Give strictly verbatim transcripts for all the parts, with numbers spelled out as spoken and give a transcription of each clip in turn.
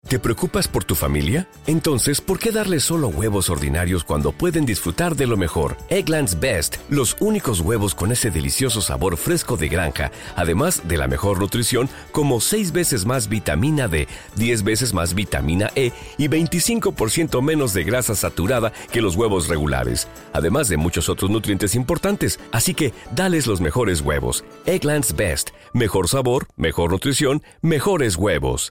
¿Te preocupas por tu familia? Entonces, ¿por qué darles solo huevos ordinarios cuando pueden disfrutar de lo mejor? Eggland's Best, los únicos huevos con ese delicioso sabor fresco de granja, además de la mejor nutrición, como seis veces más vitamina D, diez veces más vitamina E y veinticinco por ciento menos de grasa saturada que los huevos regulares, además de muchos otros nutrientes importantes. Así que, dales los mejores huevos. Eggland's Best, mejor sabor, mejor nutrición, mejores huevos.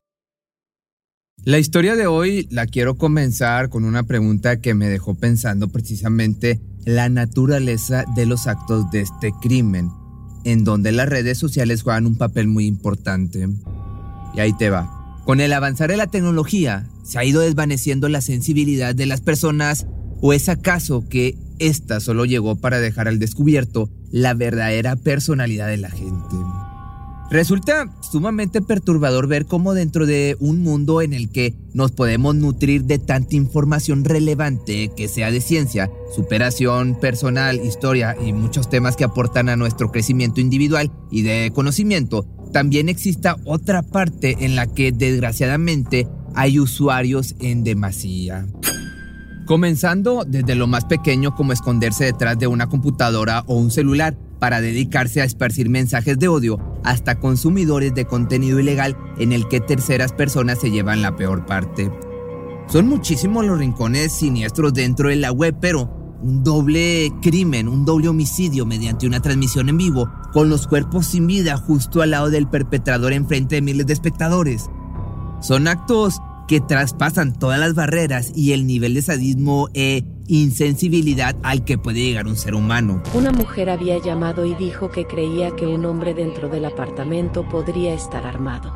La historia de hoy la quiero comenzar con una pregunta que me dejó pensando precisamente la naturaleza de los actos de este crimen, en donde las redes sociales juegan un papel muy importante. Y ahí te va. Con el avanzar de la tecnología, ¿se ha ido desvaneciendo la sensibilidad de las personas? ¿O es acaso que esta solo llegó para dejar al descubierto la verdadera personalidad de la gente? Resulta sumamente perturbador ver cómo dentro de un mundo en el que nos podemos nutrir de tanta información relevante, que sea de ciencia, superación personal, historia y muchos temas que aportan a nuestro crecimiento individual y de conocimiento, también exista otra parte en la que desgraciadamente hay usuarios en demasía. Comenzando desde lo más pequeño como esconderse detrás de una computadora o un celular para dedicarse a esparcir mensajes de odio, hasta consumidores de contenido ilegal en el que terceras personas se llevan la peor parte. Son muchísimos los rincones siniestros dentro de la web, pero un doble crimen, un doble homicidio mediante una transmisión en vivo, con los cuerpos sin vida justo al lado del perpetrador enfrente de miles de espectadores. Son actos que traspasan todas las barreras y el nivel de sadismo e insensibilidad al que puede llegar un ser humano. Una mujer había llamado y dijo que creía que un hombre dentro del apartamento podría estar armado.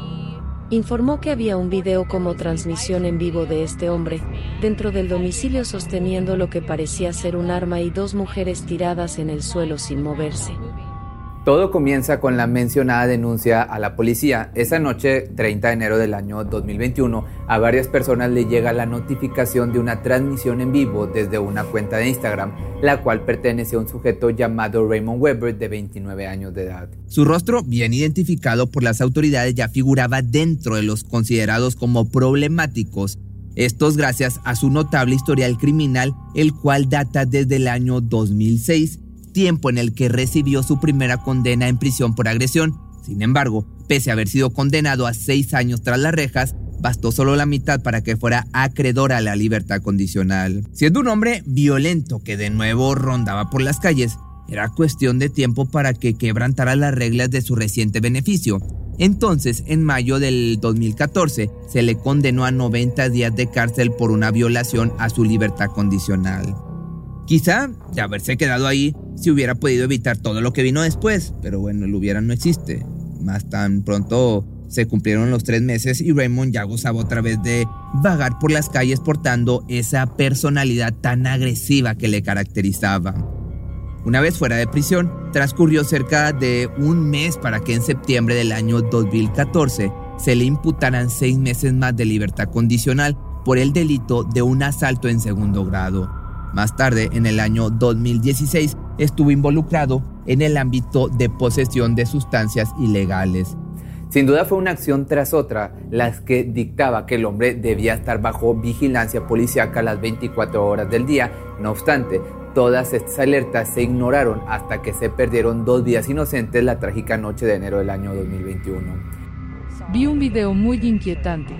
Informó que había un video como transmisión en vivo de este hombre dentro del domicilio sosteniendo lo que parecía ser un arma y dos mujeres tiradas en el suelo sin moverse. Todo comienza con la mencionada denuncia a la policía. Esa noche, treinta de enero del año dos mil veintiuno, a varias personas le llega la notificación de una transmisión en vivo desde una cuenta de Instagram, la cual pertenece a un sujeto llamado Raymond Weber, de veintinueve años de edad. Su rostro, bien identificado por las autoridades, ya figuraba dentro de los considerados como problemáticos. Estos gracias a su notable historial criminal, el cual data desde el año dos mil seis, tiempo en el que recibió su primera condena en prisión por agresión. Sin embargo, pese a haber sido condenado a seis años tras las rejas, bastó solo la mitad para que fuera acreedor a la libertad condicional. Siendo un hombre violento que de nuevo rondaba por las calles, era cuestión de tiempo para que quebrantara las reglas de su reciente beneficio. Entonces, en mayo del dos mil catorce, se le condenó a noventa días de cárcel por una violación a su libertad condicional. Quizá, de haberse quedado ahí, se hubiera podido evitar todo lo que vino después, pero bueno, el hubiera no existe. Más tan pronto se cumplieron los tres meses y Raymond ya gozaba otra vez de vagar por las calles portando esa personalidad tan agresiva que le caracterizaba. Una vez fuera de prisión, transcurrió cerca de un mes para que en septiembre del año dos mil catorce se le imputaran seis meses más de libertad condicional por el delito de un asalto en segundo grado. Más tarde, en el año dos mil dieciséis, estuvo involucrado en el ámbito de posesión de sustancias ilegales. Sin duda fue una acción tras otra las que dictaba que el hombre debía estar bajo vigilancia policíaca las veinticuatro horas del día. No obstante, todas estas alertas se ignoraron hasta que se perdieron dos vidas inocentes la trágica noche de enero del año dos mil veintiuno. Vi un video muy inquietante.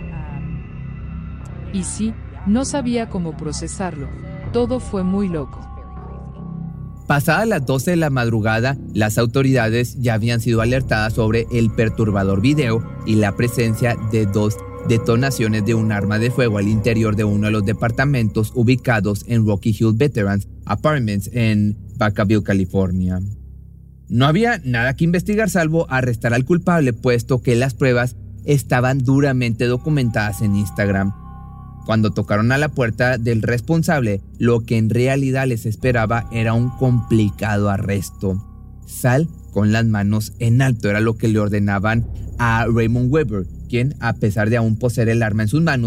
Y sí, no sabía cómo procesarlo. Todo fue muy loco. Pasadas las doce de la madrugada, las autoridades ya habían sido alertadas sobre el perturbador video y la presencia de dos detonaciones de un arma de fuego al interior de uno de los departamentos ubicados en Rocky Hill Veterans Apartments en Vacaville, California. No había nada que investigar salvo arrestar al culpable, puesto que las pruebas estaban duramente documentadas en Instagram. Cuando tocaron a la puerta del responsable, lo que en realidad les esperaba era un complicado arresto. Sal con las manos en alto era lo que le ordenaban a Raymond Weber, quien, a pesar de aún poseer el arma en sus manos,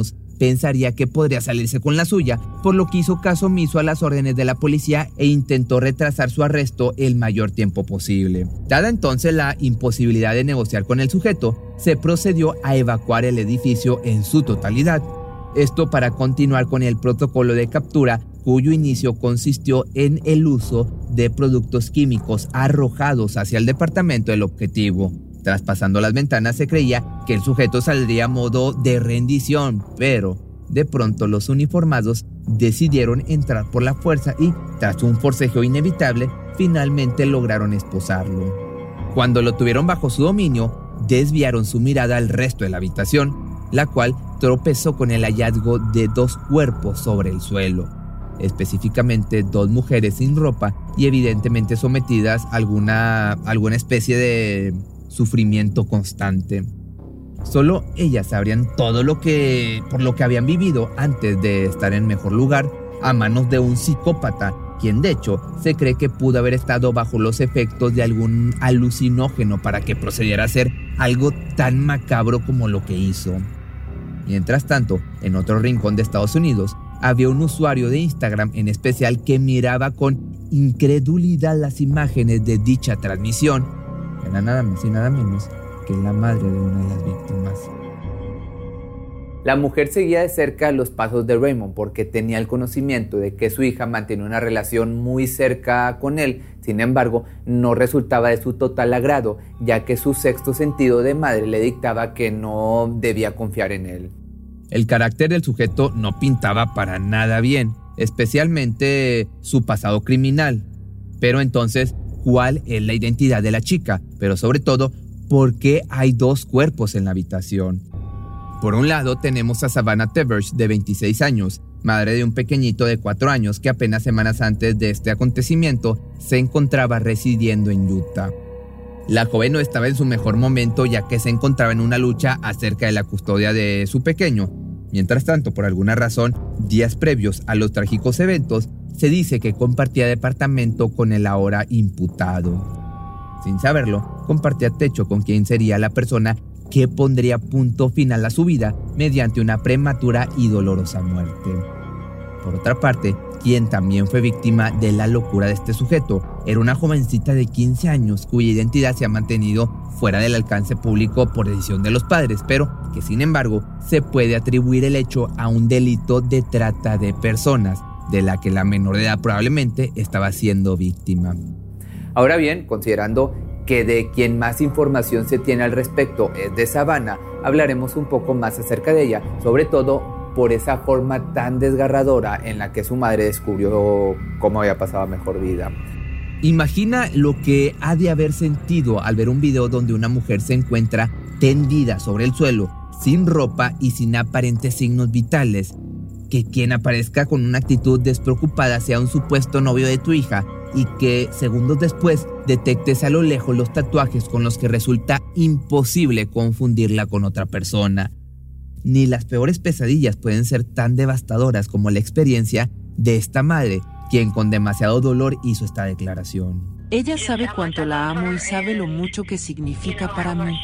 pensaría que podría salirse con la suya, por lo que hizo caso omiso a las órdenes de la policía e intentó retrasar su arresto el mayor tiempo posible. Dada entonces la imposibilidad de negociar con el sujeto, se procedió a evacuar el edificio en su totalidad. Esto para continuar con el protocolo de captura, cuyo inicio consistió en el uso de productos químicos arrojados hacia el departamento del objetivo. Traspasando las ventanas se creía que el sujeto saldría a modo de rendición, pero de pronto los uniformados decidieron entrar por la fuerza y, tras un forcejeo inevitable, finalmente lograron esposarlo. Cuando lo tuvieron bajo su dominio, desviaron su mirada al resto de la habitación, la cual tropezó con el hallazgo de dos cuerpos sobre el suelo, específicamente dos mujeres sin ropa y evidentemente sometidas a alguna, alguna especie de sufrimiento constante. Solo ellas sabrían todo lo que, por lo que habían vivido antes de estar en mejor lugar a manos de un psicópata, quien de hecho se cree que pudo haber estado bajo los efectos de algún alucinógeno para que procediera a hacer algo tan macabro como lo que hizo. Mientras tanto, en otro rincón de Estados Unidos, había un usuario de Instagram en especial que miraba con incredulidad las imágenes de dicha transmisión. Era nada más y nada menos que la madre de una de las víctimas. La mujer seguía de cerca los pasos de Raymond porque tenía el conocimiento de que su hija mantenía una relación muy cerca con él. Sin embargo, no resultaba de su total agrado, ya que su sexto sentido de madre le dictaba que no debía confiar en él. El carácter del sujeto no pintaba para nada bien, especialmente su pasado criminal. Pero entonces, ¿cuál es la identidad de la chica? Pero sobre todo, ¿por qué hay dos cuerpos en la habitación? Por un lado tenemos a Savannah Tevers, de veintiséis años, madre de un pequeñito de cuatro años que apenas semanas antes de este acontecimiento se encontraba residiendo en Utah. La joven no estaba en su mejor momento ya que se encontraba en una lucha acerca de la custodia de su pequeño. Mientras tanto, por alguna razón, días previos a los trágicos eventos, se dice que compartía departamento con el ahora imputado. Sin saberlo, compartía techo con quien sería la persona que pondría punto final a su vida mediante una prematura y dolorosa muerte. Por otra parte, quien también fue víctima de la locura de este sujeto era una jovencita de quince años cuya identidad se ha mantenido fuera del alcance público por decisión de los padres, pero que sin embargo se puede atribuir el hecho a un delito de trata de personas, de la que la menor de edad probablemente estaba siendo víctima. Ahora bien, considerando que de quien más información se tiene al respecto es de Savannah, hablaremos un poco más acerca de ella, sobre todo por esa forma tan desgarradora en la que su madre descubrió cómo había pasado mejor vida. Imagina lo que ha de haber sentido al ver un video donde una mujer se encuentra tendida sobre el suelo, sin ropa y sin aparentes signos vitales. Que quien aparezca con una actitud despreocupada sea un supuesto novio de tu hija y que segundos después detectes a lo lejos los tatuajes con los que resulta imposible confundirla con otra persona. Ni las peores pesadillas pueden ser tan devastadoras como la experiencia de esta madre, quien con demasiado dolor hizo esta declaración. Ella sabe cuánto la amo y sabe lo mucho que significa para mí.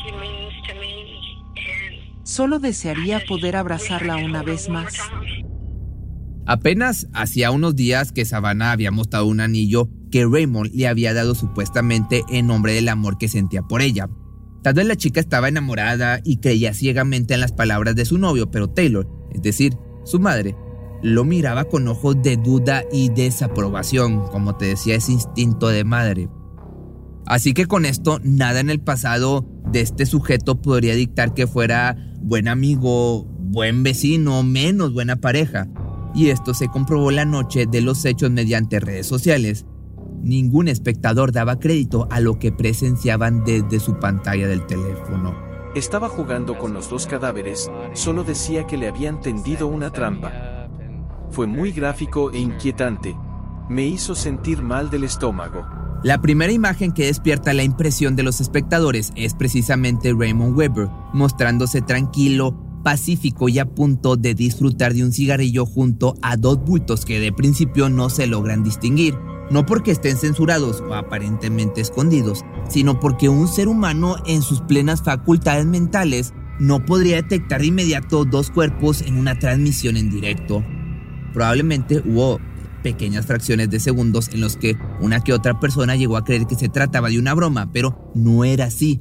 Solo desearía poder abrazarla una vez más. Apenas hacía unos días que Savannah había mostrado un anillo que Raymond le había dado supuestamente en nombre del amor que sentía por ella. Tal vez la chica estaba enamorada y creía ciegamente en las palabras de su novio, pero Taylor, es decir, su madre, lo miraba con ojos de duda y desaprobación, como te decía, ese instinto de madre. Así que con esto, nada en el pasado de este sujeto podría dictar que fuera buen amigo, buen vecino, menos buena pareja. Y esto se comprobó la noche de los hechos mediante redes sociales. Ningún espectador daba crédito a lo que presenciaban desde su pantalla del teléfono. Estaba jugando con los dos cadáveres, solo decía que le habían tendido una trampa. Fue muy gráfico e inquietante. Me hizo sentir mal del estómago. La primera imagen que despierta la impresión de los espectadores es precisamente Raymond Weber, mostrándose tranquilo, pacífico y a punto de disfrutar de un cigarrillo junto a dos bultos que de principio no se logran distinguir. No porque estén censurados o aparentemente escondidos, sino porque un ser humano en sus plenas facultades mentales no podría detectar de inmediato dos cuerpos en una transmisión en directo. Probablemente hubo pequeñas fracciones de segundos en los que una que otra persona llegó a creer que se trataba de una broma, pero no era así.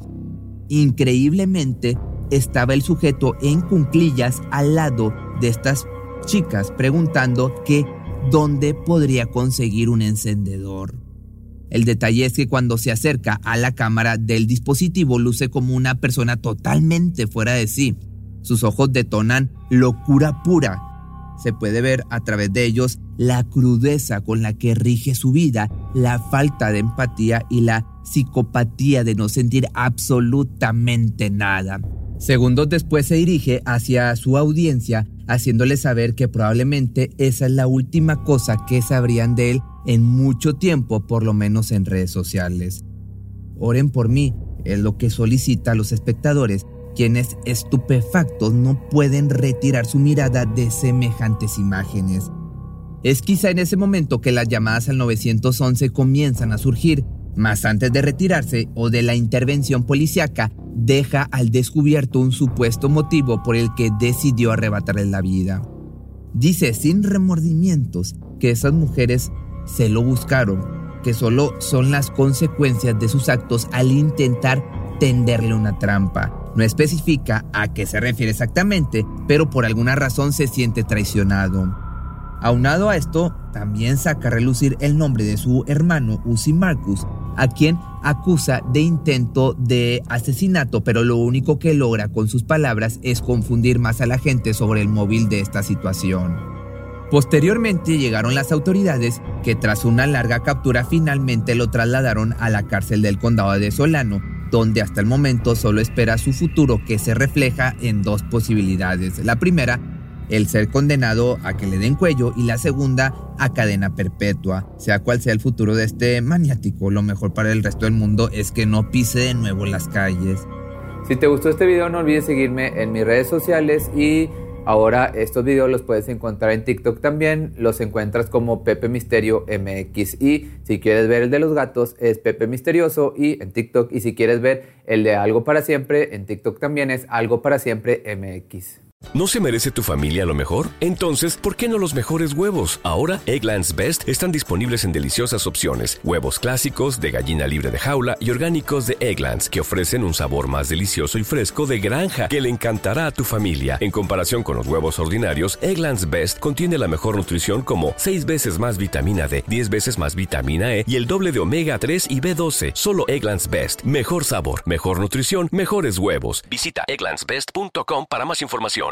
Increíblemente, estaba el sujeto en cuclillas al lado de estas chicas preguntando que dónde podría conseguir un encendedor. El detalle es que cuando se acerca a la cámara del dispositivo luce como una persona totalmente fuera de sí. Sus ojos detonan locura pura. Se puede ver a través de ellos la crudeza con la que rige su vida, la falta de empatía y la psicopatía de no sentir absolutamente nada. Segundos después se dirige hacia su audiencia, haciéndole saber que probablemente esa es la última cosa que sabrían de él en mucho tiempo, por lo menos en redes sociales. Oren por mí, es lo que solicita a los espectadores, quienes estupefactos no pueden retirar su mirada de semejantes imágenes. Es quizá en ese momento que las llamadas al nueve once comienzan a surgir, mas antes de retirarse o de la intervención policíaca, deja al descubierto un supuesto motivo por el que decidió arrebatarle la vida. Dice sin remordimientos que esas mujeres se lo buscaron, que solo son las consecuencias de sus actos al intentar tenderle una trampa. No especifica a qué se refiere exactamente, pero por alguna razón se siente traicionado. Aunado a esto, también saca a relucir el nombre de su hermano Uzi Marcus, a quien acusa de intento de asesinato, pero lo único que logra con sus palabras es confundir más a la gente sobre el móvil de esta situación. Posteriormente llegaron las autoridades que tras una larga captura finalmente lo trasladaron a la cárcel del condado de Solano, donde hasta el momento solo espera su futuro, que se refleja en dos posibilidades. La primera, el ser condenado a que le den cuello, y la segunda, a cadena perpetua. Sea cual sea el futuro de este maniático, lo mejor para el resto del mundo es que no pise de nuevo las calles. Si te gustó este video, no olvides seguirme en mis redes sociales, y ahora estos videos los puedes encontrar en TikTok también. Los encuentras como Pepe Misterio M X, y si quieres ver el de los gatos es Pepe Misterioso y en TikTok, y si quieres ver el de Algo para Siempre en TikTok también es Algo para Siempre M X. ¿No se merece tu familia lo mejor? Entonces, ¿por qué no los mejores huevos? Ahora, Eggland's Best están disponibles en deliciosas opciones. Huevos clásicos, de gallina libre de jaula y orgánicos de Eggland's, que ofrecen un sabor más delicioso y fresco de granja que le encantará a tu familia. En comparación con los huevos ordinarios, Eggland's Best contiene la mejor nutrición, como seis veces más vitamina D, diez veces más vitamina E y el doble de omega tres y B doce. Solo Eggland's Best. Mejor sabor, mejor nutrición, mejores huevos. Visita egglands best punto com para más información.